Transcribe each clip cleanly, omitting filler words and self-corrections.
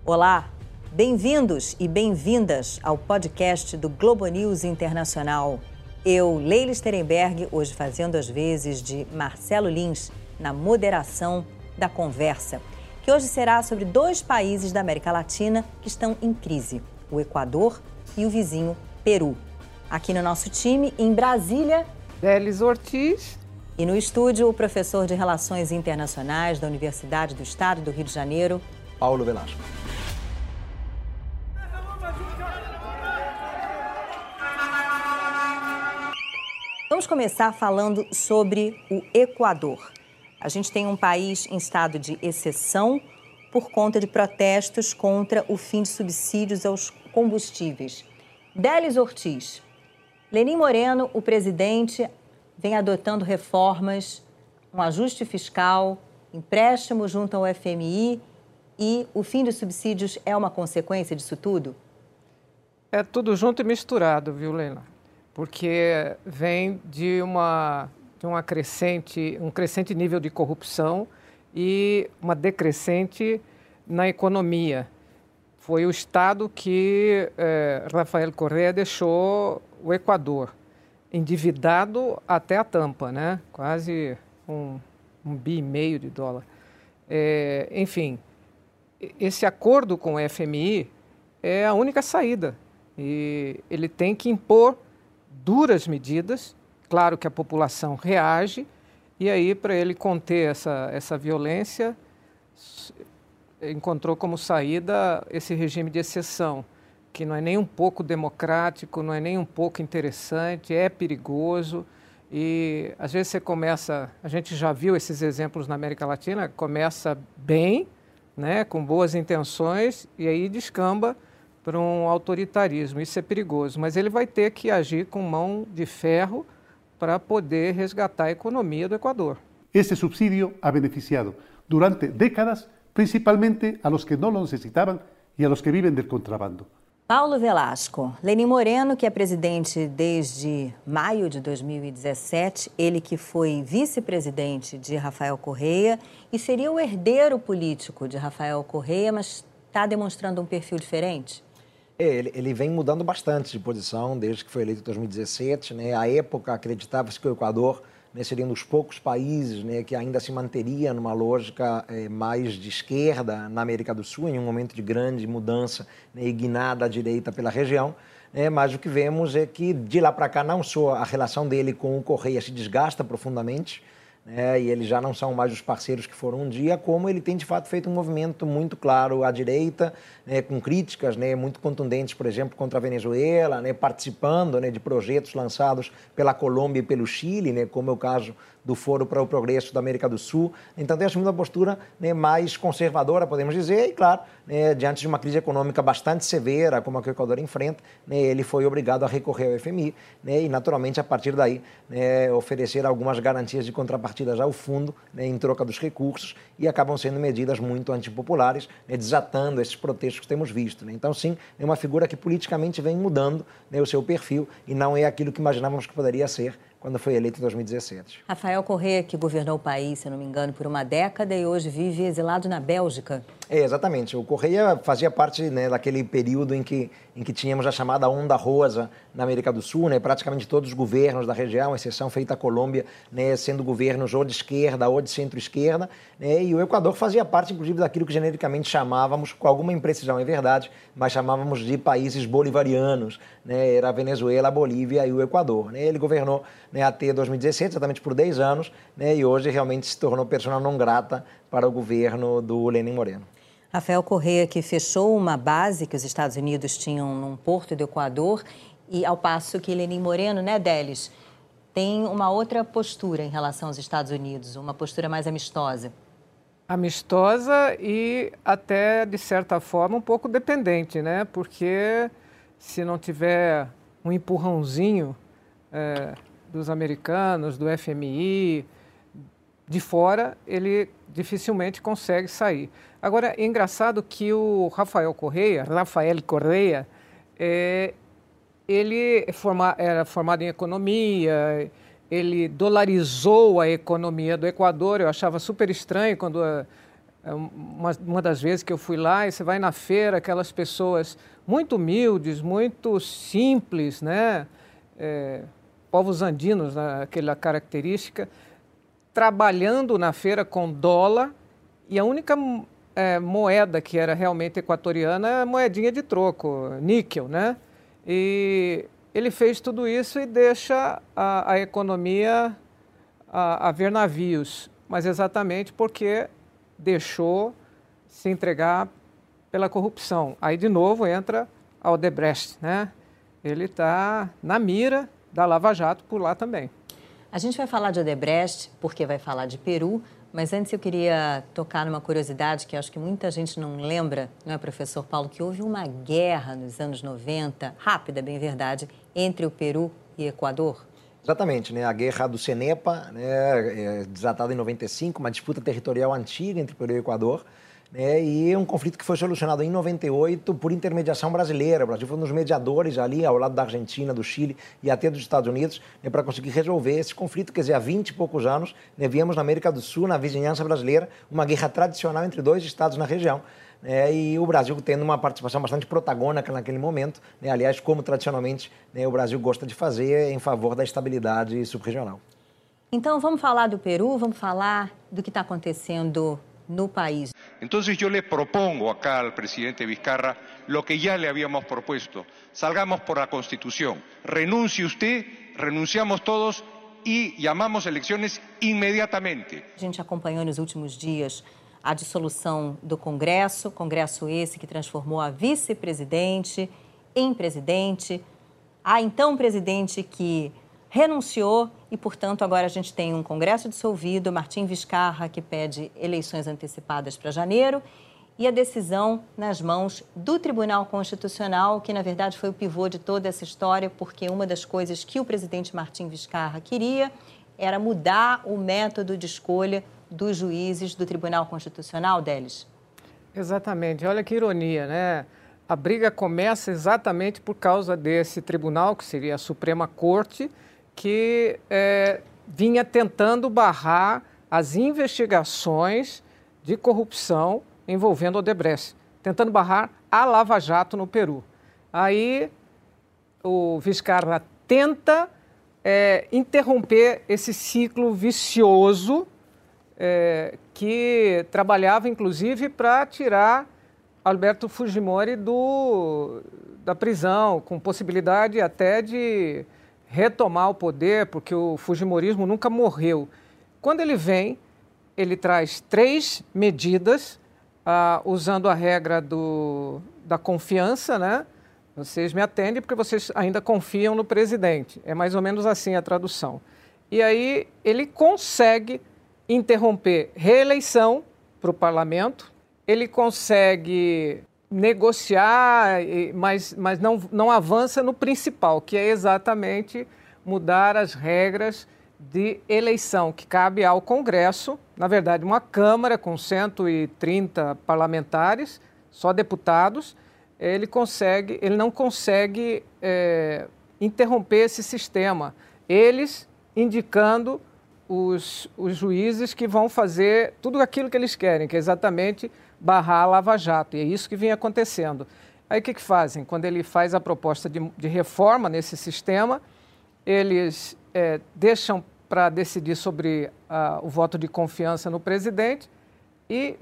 Olá, bem-vindos e bem-vindas ao podcast do Globo News Internacional. Eu, Leila Sterenberg, hoje fazendo as vezes de Marcelo Lins na moderação da conversa, que hoje será sobre dois países da América Latina que estão em crise, o Equador e o vizinho Peru. Aqui no nosso time, em Brasília, Délis Ortiz. E no estúdio, o professor de Relações Internacionais da Universidade do Estado do Rio de Janeiro, Paulo Velasco. Vamos começar falando sobre o Equador. A gente tem um país em estado de exceção por conta de protestos contra o fim de subsídios aos combustíveis. Délis Ortiz, Lenín Moreno, o presidente, vem adotando reformas, um ajuste fiscal, empréstimo junto ao FMI e o fim dos subsídios é uma consequência disso tudo? É tudo junto e misturado, viu, Leila? Porque vem de um crescente nível de corrupção e uma decrescente na economia. Foi o Estado que Rafael Correa deixou o Equador endividado até a tampa, né? Quase um bi e meio de dólar. Enfim, esse acordo com o FMI é a única saída e ele tem que impor duras medidas. Claro que a população reage e aí, para ele conter essa violência, encontrou como saída esse regime de exceção, que não é nem um pouco democrático, não é nem um pouco interessante, é perigoso e às vezes a gente já viu esses exemplos na América Latina, começa bem, né, com boas intenções e aí descamba para um autoritarismo. Isso é perigoso, mas ele vai ter que agir com mão de ferro para poder resgatar a economia do Equador. Esse subsídio ha beneficiado durante décadas principalmente a los que no lo necesitaban y a los que viven del contrabando. Paulo Velasco, Lenín Moreno, que é presidente desde maio de 2017, ele que foi vice-presidente de Rafael Correa e seria o herdeiro político de Rafael Correa, mas está demonstrando um perfil diferente? Ele vem mudando bastante de posição desde que foi eleito em 2017. Né? À época, acreditava-se que o Equador, né, seria um dos poucos países, né, que ainda se manteria numa lógica mais de esquerda na América do Sul, em um momento de grande mudança, né, e guinada à direita pela região. Mas o que vemos é que, de lá para cá, não só a relação dele com o Correa se desgasta profundamente, e eles já não são mais os parceiros que foram um dia, como ele tem de fato feito um movimento muito claro à direita, com críticas muito contundentes, por exemplo, contra a Venezuela, participando de projetos lançados pela Colômbia e pelo Chile, como é o caso do Foro para o Progresso da América do Sul. Então tem assumido uma postura mais conservadora, podemos dizer, e claro, diante de uma crise econômica bastante severa, como a que o Equador enfrenta, ele foi obrigado a recorrer ao FMI, e naturalmente a partir daí oferecer algumas garantias de contrapartidas ao fundo, em troca dos recursos, e acabam sendo medidas muito antipopulares, desatando esses protestos que temos visto. Então sim, é uma figura que politicamente vem mudando o seu perfil e não é aquilo que imaginávamos que poderia ser quando foi eleito em 2017. Rafael Correa, que governou o país, se não me engano, por uma década e hoje vive exilado na Bélgica. Exatamente. O Correa fazia parte daquele período em que tínhamos a chamada Onda Rosa na América do Sul, praticamente todos os governos da região, exceção feita a Colômbia, sendo governos ou de esquerda ou de centro-esquerda, e o Equador fazia parte, inclusive, daquilo que genericamente chamávamos, com alguma imprecisão, é verdade, mas chamávamos de países bolivarianos, era a Venezuela, a Bolívia e o Equador. Ele governou até 2017, exatamente por 10 anos, e hoje realmente se tornou persona non grata para o governo do Lenín Moreno. Rafael Correa, que fechou uma base que os Estados Unidos tinham num porto do Equador, e ao passo que Lenín Moreno, Délis, tem uma outra postura em relação aos Estados Unidos, uma postura mais amistosa. Amistosa e até, de certa forma, um pouco dependente, porque se não tiver um empurrãozinho dos americanos, do FMI, de fora, ele dificilmente consegue sair. Agora, é engraçado que o Rafael Correa, ele era formado em economia, ele dolarizou a economia do Equador. Eu achava super estranho quando uma das vezes que eu fui lá, e você vai na feira, aquelas pessoas muito humildes, muito simples, né? Povos andinos, né? Aquela característica, trabalhando na feira com dólar, e a única moeda que era realmente equatoriana é a moedinha de troco, níquel, né? E ele fez tudo isso e deixa a economia a ver navios, mas exatamente porque deixou se entregar pela corrupção. Aí, de novo, entra a Odebrecht, né? Ele está na mira da Lava Jato por lá também. A gente vai falar de Odebrecht, porque vai falar de Peru, mas antes eu queria tocar numa curiosidade que acho que muita gente não lembra, não é, professor Paulo, que houve uma guerra nos anos 90, rápida, bem verdade, entre o Peru e o Equador. Exatamente, né? A guerra do Cenepa, né, desatada em 95, uma disputa territorial antiga entre Peru e Equador, né, e um conflito que foi solucionado em 98 por intermediação brasileira. O Brasil foi um dos mediadores ali, ao lado da Argentina, do Chile e até dos Estados Unidos, né, para conseguir resolver esse conflito. Quer dizer, há 20 e poucos anos, né, víamos na América do Sul, na vizinhança brasileira, uma guerra tradicional entre dois estados na região. E o Brasil tendo uma participação bastante protagônica naquele momento, né? Aliás, como tradicionalmente, né, o Brasil gosta de fazer em favor da estabilidade subregional. Então, vamos falar do Peru, vamos falar do que está acontecendo no país. Então, eu le propongo acá al presidente Vizcarra lo que ya le habíamos propuesto. Salgamos por la Constitución. Renuncie usted, renunciamos todos y llamamos elecciones inmediatamente. A gente acompanhou nos últimos dias a dissolução do Congresso esse que transformou a vice-presidente em presidente, a então presidente que renunciou e, portanto, agora a gente tem um Congresso dissolvido, Martim Vizcarra que pede eleições antecipadas para janeiro e a decisão nas mãos do Tribunal Constitucional, que na verdade foi o pivô de toda essa história, porque uma das coisas que o presidente Martim Vizcarra queria era mudar o método de escolha dos juízes do Tribunal Constitucional, Délis? Exatamente. Olha que ironia, né? A briga começa exatamente por causa desse tribunal, que seria a Suprema Corte, que vinha tentando barrar as investigações de corrupção envolvendo Odebrecht, tentando barrar a Lava Jato no Peru. Aí o Vizcarra tenta interromper esse ciclo vicioso que trabalhava, inclusive, para tirar Alberto Fujimori da prisão, com possibilidade até de retomar o poder, porque o fujimorismo nunca morreu. Quando ele vem, ele traz 3 medidas, usando a regra da confiança, né? Vocês me atendem porque vocês ainda confiam no presidente. É mais ou menos assim a tradução. E aí ele consegue interromper reeleição para o parlamento, ele consegue negociar, mas não avança no principal, que é exatamente mudar as regras de eleição, que cabe ao Congresso, na verdade uma Câmara com 130 parlamentares, só deputados. Ele não consegue interromper esse sistema, eles indicando os juízes que vão fazer tudo aquilo que eles querem, que é exatamente barrar a Lava Jato, e é isso que vem acontecendo. Aí o que fazem? Quando ele faz a proposta de reforma nesse sistema, eles deixam para decidir sobre o voto de confiança no presidente e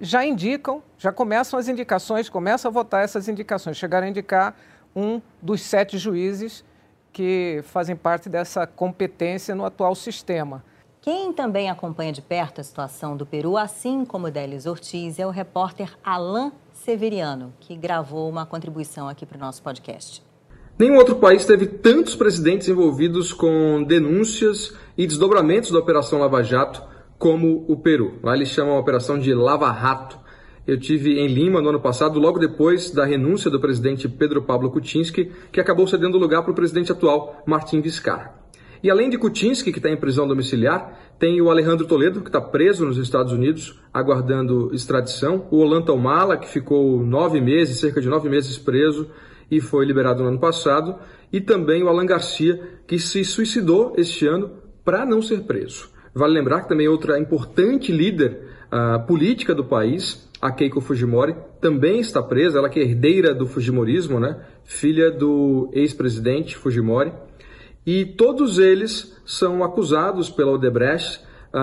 já começam as indicações, começam a votar essas indicações, chegaram a indicar um dos 7 juízes que fazem parte dessa competência no atual sistema. Quem também acompanha de perto a situação do Peru, assim como Délis Ortiz, é o repórter Alain Severiano, que gravou uma contribuição aqui para o nosso podcast. Nenhum outro país teve tantos presidentes envolvidos com denúncias e desdobramentos da Operação Lava Jato como o Peru. Lá eles chamam a operação de Lava Rato. Eu tive em Lima no ano passado, logo depois da renúncia do presidente Pedro Pablo Kuczynski, que acabou cedendo lugar para o presidente atual, Martim Vizcarra. E além de Kuczynski, que está em prisão domiciliar, tem o Alejandro Toledo, que está preso nos Estados Unidos, aguardando extradição. O Ollanta Humala, que ficou cerca de 9 meses preso e foi liberado no ano passado. E também o Alan Garcia, que se suicidou este ano para não ser preso. Vale lembrar que também outra importante líder política do país A Keiko Fujimori também está presa, ela que é herdeira do Fujimorismo, né? Filha do ex-presidente Fujimori. E todos eles são acusados pela Odebrecht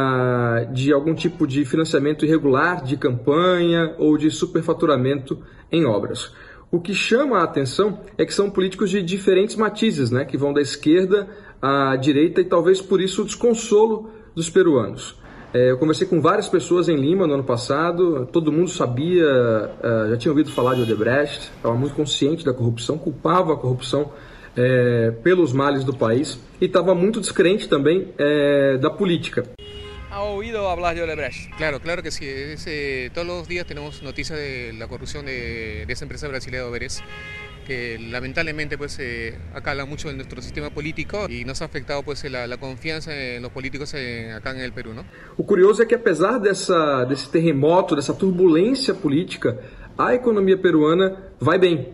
de algum tipo de financiamento irregular de campanha ou de superfaturamento em obras. O que chama a atenção é que são políticos de diferentes matizes, né? Que vão da esquerda à direita e talvez por isso o desconsolo dos peruanos. Eu conversei com várias pessoas em Lima no ano passado, todo mundo sabia, já tinha ouvido falar de Odebrecht, estava muito consciente da corrupção, culpava a corrupção pelos males do país e estava muito descrente também da política. ¿Ha oído hablar de Odebrecht? Claro, claro que sí. Todos los días tenemos noticias de la corrupción de esa empresa brasileña Odebrecht, que lamentablemente pues acala mucho en nuestro sistema político y nos ha afectado pues la confianza en los políticos acá en el Perú, ¿no? O curioso é que apesar desse terremoto, dessa turbulência política, a economia peruana vai bem.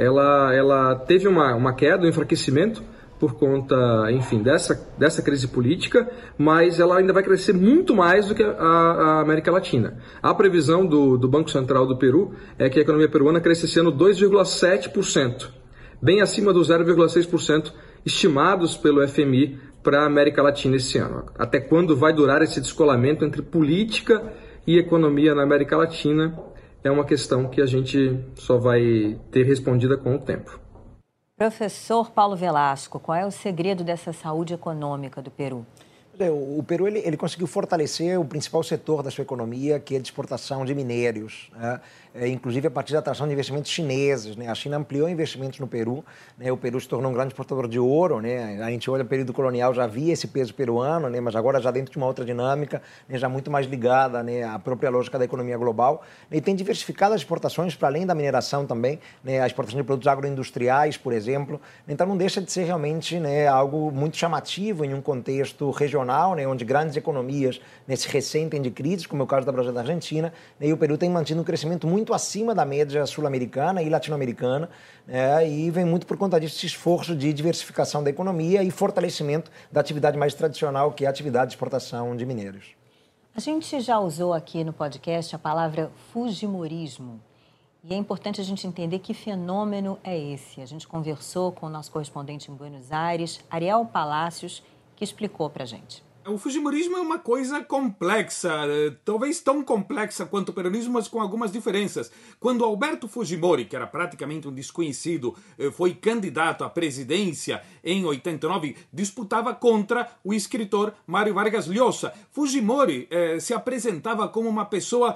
Ela teve uma queda, um enfraquecimento por conta, enfim, dessa crise política, mas ela ainda vai crescer muito mais do que a América Latina. A previsão do Banco Central do Peru é que a economia peruana cresça esse ano 2,7%, bem acima dos 0,6% estimados pelo FMI para a América Latina esse ano. Até quando vai durar esse descolamento entre política e economia na América Latina é uma questão que a gente só vai ter respondida com o tempo. Professor Paulo Velasco, qual é o segredo dessa saúde econômica do Peru? O Peru ele conseguiu fortalecer o principal setor da sua economia, que é de exportação de minérios, né? Inclusive a partir da atração de investimentos chineses, né? A China ampliou investimentos no Peru, né? O Peru se tornou um grande exportador de ouro, né? A gente olha o período colonial, já havia esse peso peruano, né? Mas agora já dentro de uma outra dinâmica, né? Já muito mais ligada, né? À própria lógica da economia global, né? E tem diversificado as exportações para além da mineração também, né? A exportação de produtos agroindustriais, por exemplo. Então não deixa de ser realmente, né, algo muito chamativo em um contexto regional, né, onde grandes economias, né, se ressentem de crises, como é o caso da Brasil e da Argentina, né, e o Peru tem mantido um crescimento muito acima da média sul-americana e latino-americana, né, e vem muito por conta disso esse esforço de diversificação da economia e fortalecimento da atividade mais tradicional, que é a atividade de exportação de minérios. A gente já usou aqui no podcast a palavra fujimorismo. E é importante a gente entender que fenômeno é esse. A gente conversou com o nosso correspondente em Buenos Aires, Ariel Palacios, que explicou para a gente. O fujimorismo é uma coisa complexa, talvez tão complexa quanto o peronismo, mas com algumas diferenças. Quando Alberto Fujimori, que era praticamente um desconhecido, foi candidato à presidência em 89, disputava contra o escritor Mário Vargas Llosa. Fujimori se apresentava como uma pessoa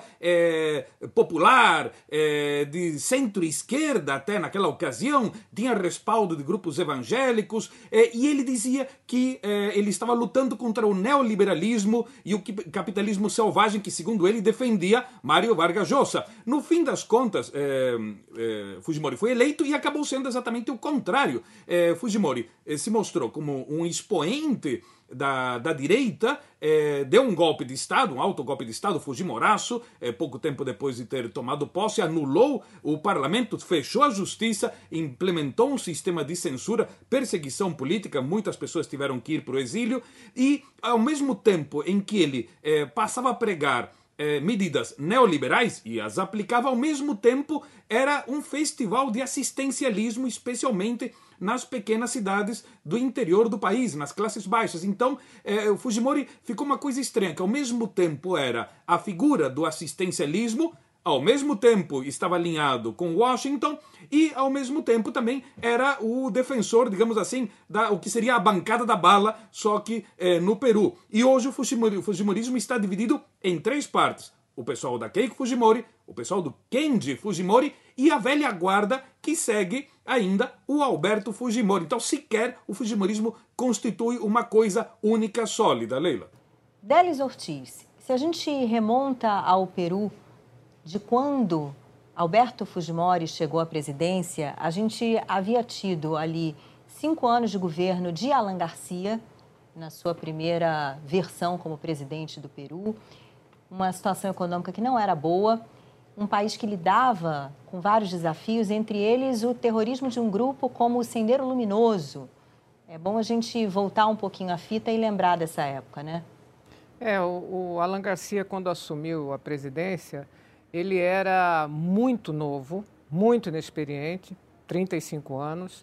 popular, de centro-esquerda até naquela ocasião, tinha respaldo de grupos evangélicos, e ele dizia que ele estava lutando contra o neoliberalismo e o capitalismo selvagem que, segundo ele, defendia Mário Vargas Llosa. No fim das contas, Fujimori foi eleito e acabou sendo exatamente o contrário. Fujimori se mostrou como um expoente da direita, deu um golpe de Estado, um autogolpe de Estado, Fujimoraço, pouco tempo depois de ter tomado posse, anulou o parlamento, fechou a justiça, implementou um sistema de censura, perseguição política, muitas pessoas tiveram que ir para o exílio, e ao mesmo tempo em que ele passava a pregar medidas neoliberais e as aplicava, ao mesmo tempo era um festival de assistencialismo, especialmente nas pequenas cidades do interior do país, nas classes baixas. Então, o Fujimori ficou uma coisa estranha, que ao mesmo tempo era a figura do assistencialismo, ao mesmo tempo estava alinhado com Washington e, ao mesmo tempo, também era o defensor, digamos assim, o que seria a bancada da bala, só que no Peru. E hoje o Fujimorismo está dividido em três partes. O pessoal da Keiko Fujimori, o pessoal do Kendi Fujimori e a velha guarda que segue ainda o Alberto Fujimori. Então, sequer o Fujimorismo constitui uma coisa única, sólida. Leila. Délis Ortiz, se a gente remonta ao Peru, de quando Alberto Fujimori chegou à presidência, a gente havia tido ali 5 anos de governo de Alan Garcia, na sua primeira versão como presidente do Peru, uma situação econômica que não era boa, um país que lidava com vários desafios, entre eles o terrorismo de um grupo como o Sendero Luminoso. É bom a gente voltar um pouquinho a fita e lembrar dessa época, né? O Alan Garcia, quando assumiu a presidência, Ele era muito novo, muito inexperiente, 35 anos.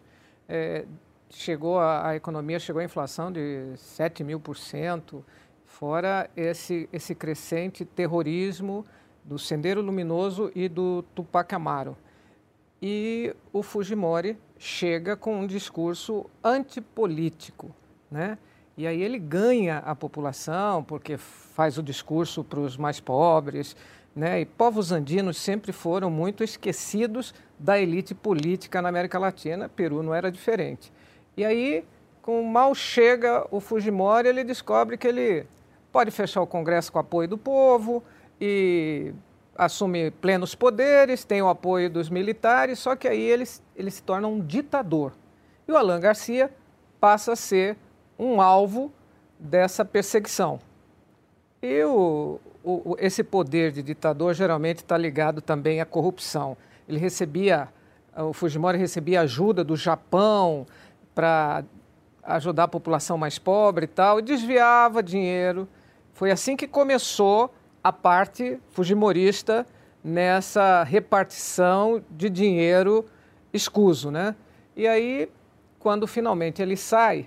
A economia chegou à inflação de 7.000%, fora esse crescente terrorismo do Sendero Luminoso e do Tupac Amaru. E o Fujimori chega com um discurso antipolítico, né? E aí ele ganha a população porque faz o discurso para os mais pobres, né? E povos andinos sempre foram muito esquecidos da elite política na América Latina. Peru não era diferente. E aí, mal chega o Fujimori, ele descobre que ele pode fechar o Congresso com o apoio do povo e assume plenos poderes, tem o apoio dos militares, só que aí ele se torna um ditador. E o Alan Garcia passa a ser um alvo dessa perseguição. E esse poder de ditador geralmente está ligado também à corrupção. O Fujimori recebia ajuda do Japão para ajudar a população mais pobre e tal, e desviava dinheiro. Foi assim que começou a parte fujimorista nessa repartição de dinheiro escuso, né? E aí, quando finalmente ele sai,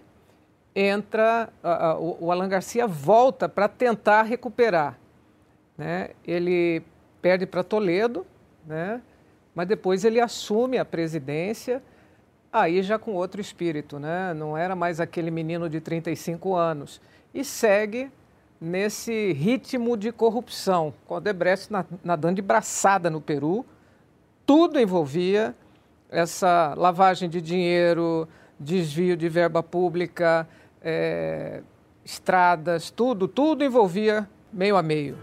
o Alan Garcia volta para tentar recuperar, né? Ele perde para Toledo, né? Mas depois ele assume a presidência, aí já com outro espírito, né? Não era mais aquele menino de 35 anos. E segue nesse ritmo de corrupção, com o Odebrecht nadando de braçada no Peru. Tudo envolvia essa lavagem de dinheiro, desvio de verba pública, estradas, tudo envolvia meio a meio.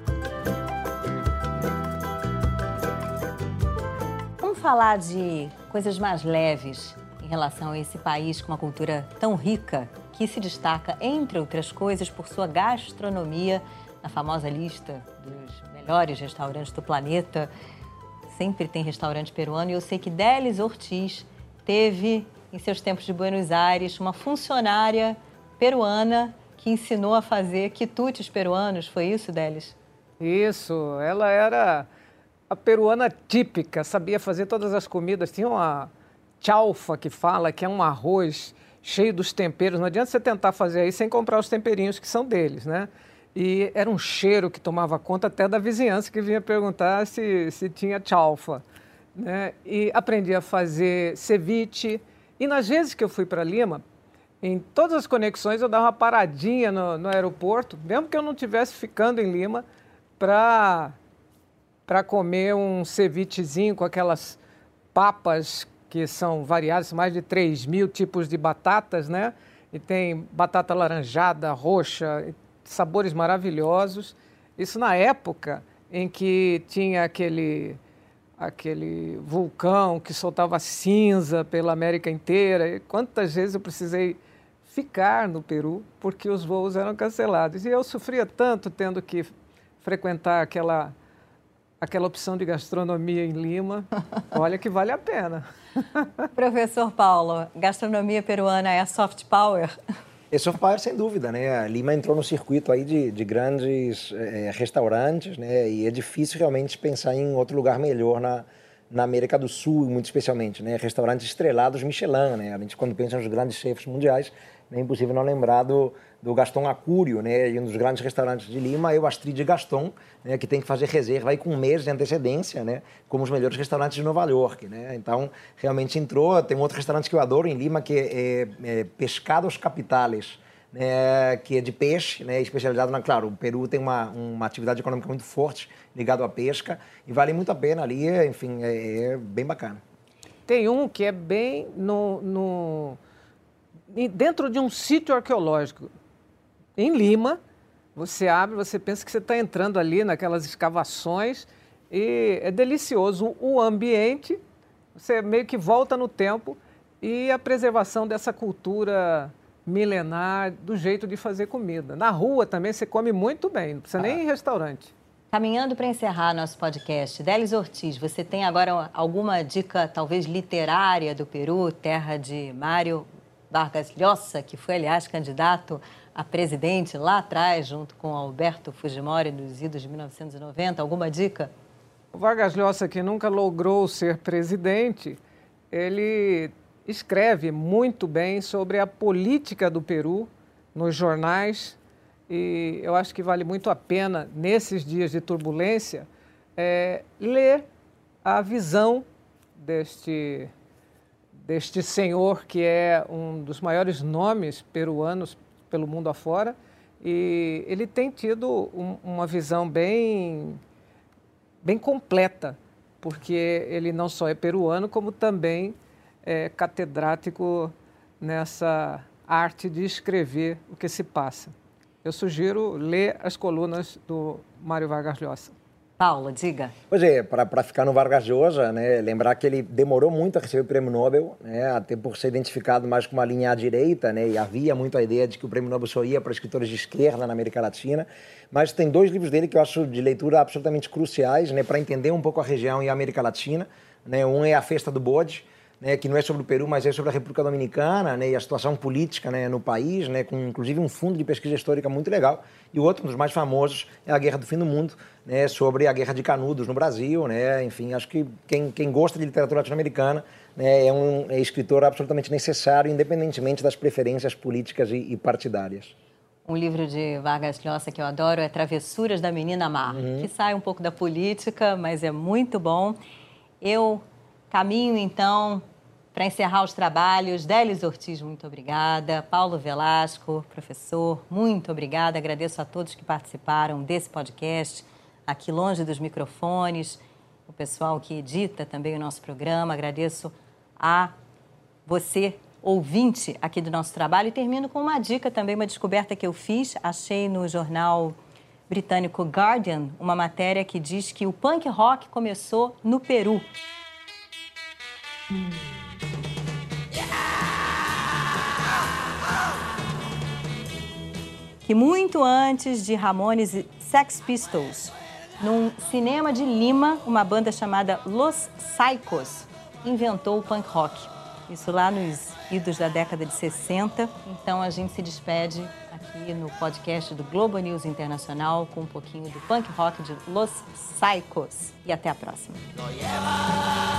Vamos falar de coisas mais leves em relação a esse país com uma cultura tão rica, que se destaca, entre outras coisas, por sua gastronomia, na famosa lista dos melhores restaurantes do planeta. Sempre tem restaurante peruano, e eu sei que Délis Ortiz teve, em seus tempos de Buenos Aires, uma funcionária peruana que ensinou a fazer quitutes peruanos. Foi isso, Délis? Isso, ela era a peruana típica, sabia fazer todas as comidas. Tinha uma chaufa que fala que é um arroz cheio dos temperos. Não adianta você tentar fazer aí sem comprar os temperinhos que são deles, né? E era um cheiro que tomava conta até da vizinhança, que vinha perguntar se tinha chaufa, né? E aprendi a fazer ceviche. E nas vezes que eu fui para Lima, em todas as conexões eu dava uma paradinha no aeroporto, mesmo que eu não estivesse ficando em Lima, para comer um cevichezinho com aquelas papas que são variadas, mais de 3.000 tipos de batatas, né? E tem batata laranjada, roxa, sabores maravilhosos. Isso na época em que tinha aquele vulcão que soltava cinza pela América inteira. E quantas vezes eu precisei ficar no Peru porque os voos eram cancelados. E eu sofria tanto tendo que frequentar aquela opção de gastronomia em Lima. Olha que vale a pena. Professor Paulo, gastronomia peruana é soft power? É soft power, sem dúvida, né? Lima entrou no circuito aí de grandes restaurantes, né? E é difícil realmente pensar em outro lugar melhor na América do Sul, muito especialmente, né? Restaurantes estrelados Michelin, né? A gente, quando pensa nos grandes chefes mundiais, é impossível não lembrar do Gaston Acúrio, né? E um dos grandes restaurantes de Lima é o Astrid Gaston, né? Que tem que fazer reserva aí com um mês de antecedência, né? Como os melhores restaurantes de Nova York, né? Então, realmente entrou. Tem um outro restaurante que eu adoro em Lima, que é Pescados Capitales, né? Que é de peixe, né? Especializado claro, o Peru tem uma atividade econômica muito forte ligada à pesca e vale muito a pena ali, enfim, é bem bacana. Tem um que é bem dentro de um sítio arqueológico. Em Lima, você abre, você pensa que você está entrando ali naquelas escavações e é delicioso o ambiente, você meio que volta no tempo e a preservação dessa cultura milenar do jeito de fazer comida. Na rua também você come muito bem, não precisa nem ir em restaurante. Caminhando para encerrar nosso podcast, Délis Ortiz, você tem agora alguma dica, talvez literária do Peru, terra de Mário Vargas Llosa, que foi, aliás, candidato a presidente lá atrás, junto com Alberto Fujimori, nos idos de 1990. Alguma dica? O Vargas Llosa, que nunca logrou ser presidente, ele escreve muito bem sobre a política do Peru nos jornais e eu acho que vale muito a pena, nesses dias de turbulência, ler a visão deste senhor que é um dos maiores nomes peruanos pelo mundo afora e ele tem tido uma visão bem completa, porque ele não só é peruano, como também é catedrático nessa arte de escrever o que se passa. Eu sugiro ler as colunas do Mário Vargas Llosa. Paulo, diga. Pois é, para ficar no Vargas Llosa, né, lembrar que ele demorou muito a receber o Prêmio Nobel, né, até por ser identificado mais com uma linha à direita, né, e havia muito a ideia de que o Prêmio Nobel só ia para escritores de esquerda na América Latina, mas tem 2 livros dele que eu acho de leitura absolutamente cruciais, né, para entender um pouco a região e a América Latina. Né, um é A Festa do Bode, né, que não é sobre o Peru, mas é sobre a República Dominicana, né, e a situação política, né, no país, né, com inclusive um fundo de pesquisa histórica muito legal. E o outro, um dos mais famosos, é A Guerra do Fim do Mundo, né, sobre a Guerra de Canudos no Brasil. Né, enfim, acho que quem gosta de literatura latino-americana, né, é um escritor absolutamente necessário, independentemente das preferências políticas e partidárias. Um livro de Vargas Llosa que eu adoro é Travessuras da Menina Má, que sai um pouco da política, mas é muito bom. Eu caminho, então, para encerrar os trabalhos. Délis Ortiz, muito obrigada. Paulo Velasco, professor, muito obrigada. Agradeço a todos que participaram desse podcast, aqui longe dos microfones, o pessoal que edita também o nosso programa. Agradeço a você, ouvinte aqui do nosso trabalho. E termino com uma dica também, uma descoberta que eu fiz. Achei no jornal britânico Guardian uma matéria que diz que o punk rock começou no Peru. Que muito antes de Ramones e Sex Pistols, num cinema de Lima, uma banda chamada Los Saicos inventou o punk rock. Isso lá nos idos da década de 60. Então a gente se despede aqui no podcast do Globo News Internacional com um pouquinho do punk rock de Los Saicos. E até a próxima.